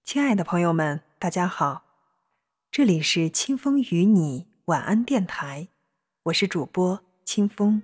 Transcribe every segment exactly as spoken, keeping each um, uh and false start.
亲爱的朋友们，大家好，这里是清风与你晚安电台，我是主播清风。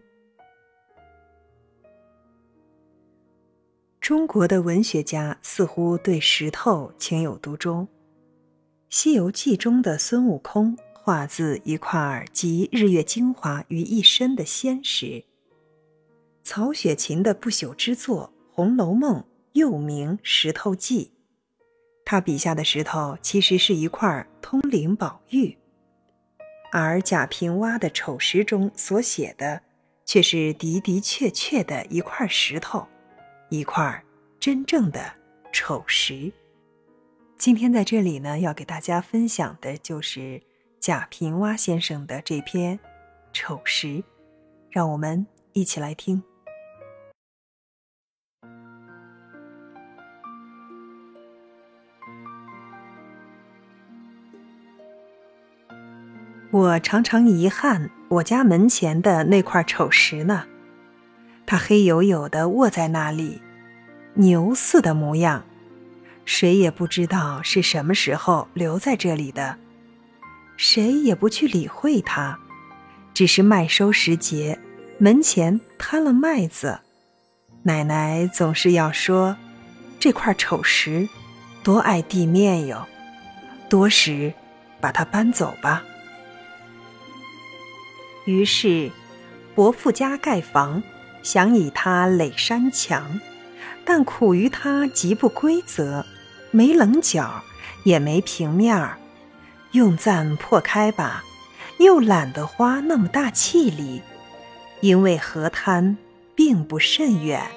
中国的文学家似乎对石头情有独钟。西游记中的孙悟空画自一块集日月精华于一身的仙石。曹雪芹的不朽之作《红楼梦》又名《石头记》，他笔下的石头其实是一块通灵宝玉，而贾平凹的丑石中所写的却是的的确确的一块石头，一块真正的丑石。今天在这里呢，要给大家分享的就是贾平凹先生的这篇《丑石》，让我们一起来听。我常常遗憾我家门前的那块丑石呢，它黑黝黝地卧在那里，牛似的模样，谁也不知道是什么时候留在这里的，谁也不去理会它，只是麦收时节，门前摊了麦子，奶奶总是要说，这块丑石多碍地面哟，多时把它搬走吧。于是伯父家盖房，想以它垒山墙，但苦于它极不规则，没棱角也没平面，用钻破开吧，又懒得花那么大气力，因为河滩并不甚远。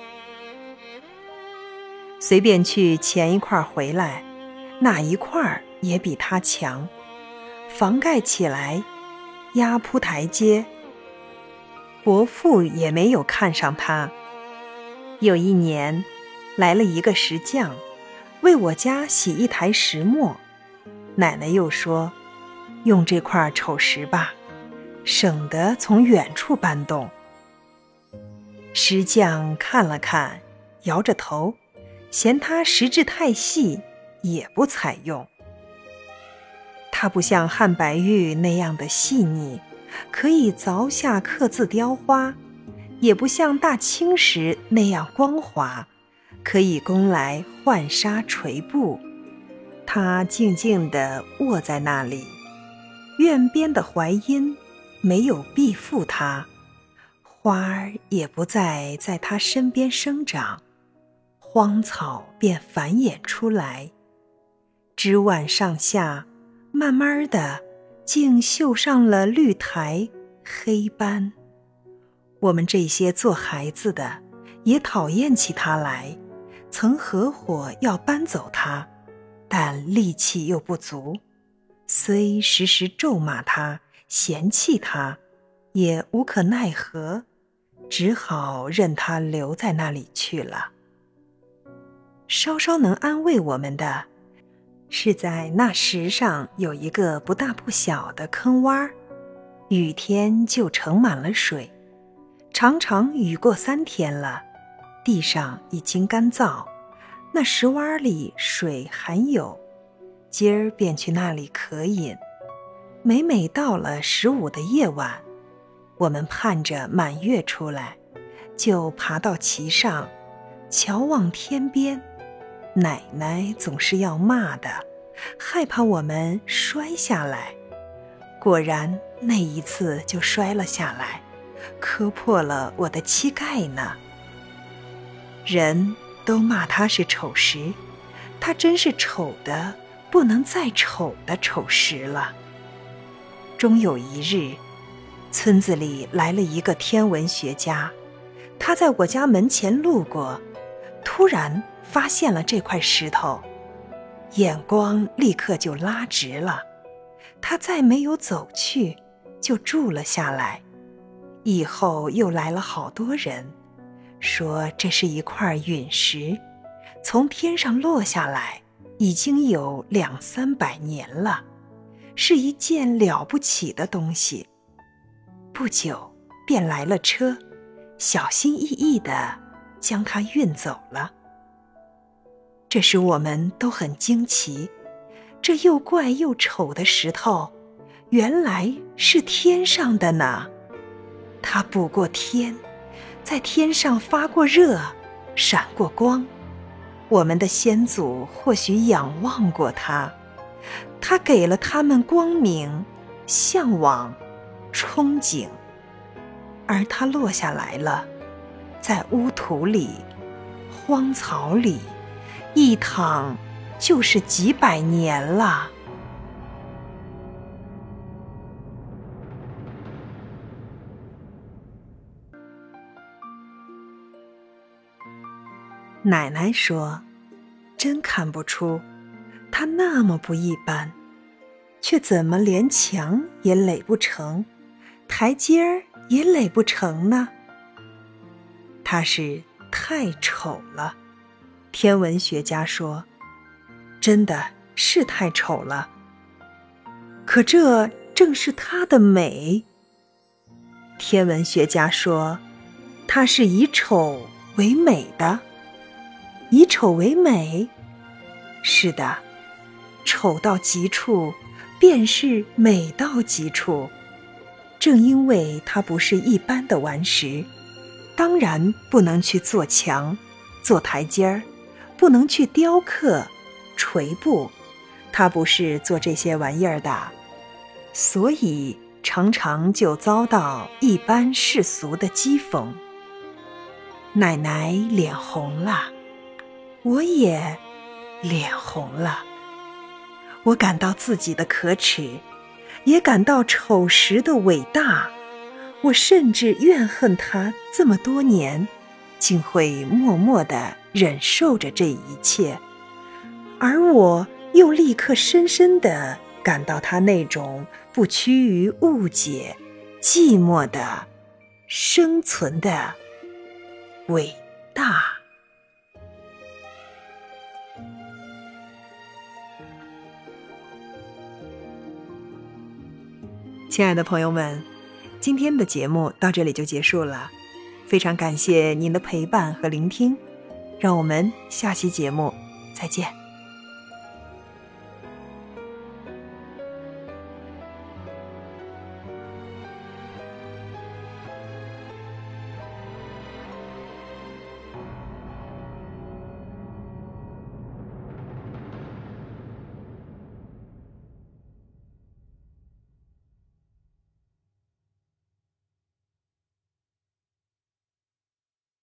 随便去前一块回来，哪一块也比它强，房盖起来压铺台阶，伯父也没有看上它。有一年来了一个石匠，为我家洗一台石磨，奶奶又说，用这块丑石吧，省得从远处搬动。石匠看了看，摇着头，嫌它石质太细，也不采用。它不像汉白玉那样的细腻，可以凿下刻字雕花，也不像大青石那样光滑，可以供来浣纱垂布。它静静地卧在那里，院边的槐荫没有庇护它，花儿也不再在它身边生长，荒草便繁衍出来，枝蔓上下慢慢的竟绣上了绿苔黑斑。我们这些做孩子的也讨厌起它来，曾合伙要搬走它，但力气又不足，虽时时咒骂它嫌弃它，也无可奈何，只好任它留在那里去了。稍稍能安慰我们的是在那石上有一个不大不小的坑洼，雨天就盛满了水，常常雨过三天了，地上已经干燥，那石洼里水还有，今儿便去那里渴饮。每每到了十五的夜晚，我们盼着满月出来，就爬到其上，瞧望天边。奶奶总是要骂的，害怕我们摔下来。果然那一次就摔了下来，磕破了我的膝盖呢。人都骂它是丑石，它真是丑的不能再丑的丑石了。终有一日，村子里来了一个天文学家，他在我家门前路过，突然发现了这块石头，眼光立刻就拉直了，他再没有走去，就住了下来。以后又来了好多人，说这是一块陨石，从天上落下来，已经有两三百年了，是一件了不起的东西。不久便来了车，小心翼翼地将它运走了。 这使我们都很惊奇，这又怪又丑的石头，原来是天上的呢。它补过天，在天上发过热，闪过光。我们的先祖或许仰望过它，它给了他们光明、向往、憧憬，而它落下来了，在污土里、荒草里，一躺就是几百年了。奶奶说，真看不出，它那么不一般，却怎么连墙也垒不成，台阶儿也垒不成呢？它是太丑了。天文学家说，真的是太丑了。可这正是它的美。天文学家说，它是以丑为美的。以丑为美？是的，丑到极处，便是美到极处。正因为它不是一般的顽石，当然不能去做墙、做台阶儿，不能去雕刻、锤布，它不是做这些玩意儿的，所以常常就遭到一般世俗的讥讽。奶奶脸红了，我也脸红了。我感到自己的可耻，也感到丑时的伟大。我甚至怨恨他这么多年，竟会默默地忍受着这一切，而我又立刻深深地感到他那种不屈于误解、寂寞的生存的伟大。亲爱的朋友们，今天的节目到这里就结束了，非常感谢您的陪伴和聆听，让我们下期节目再见。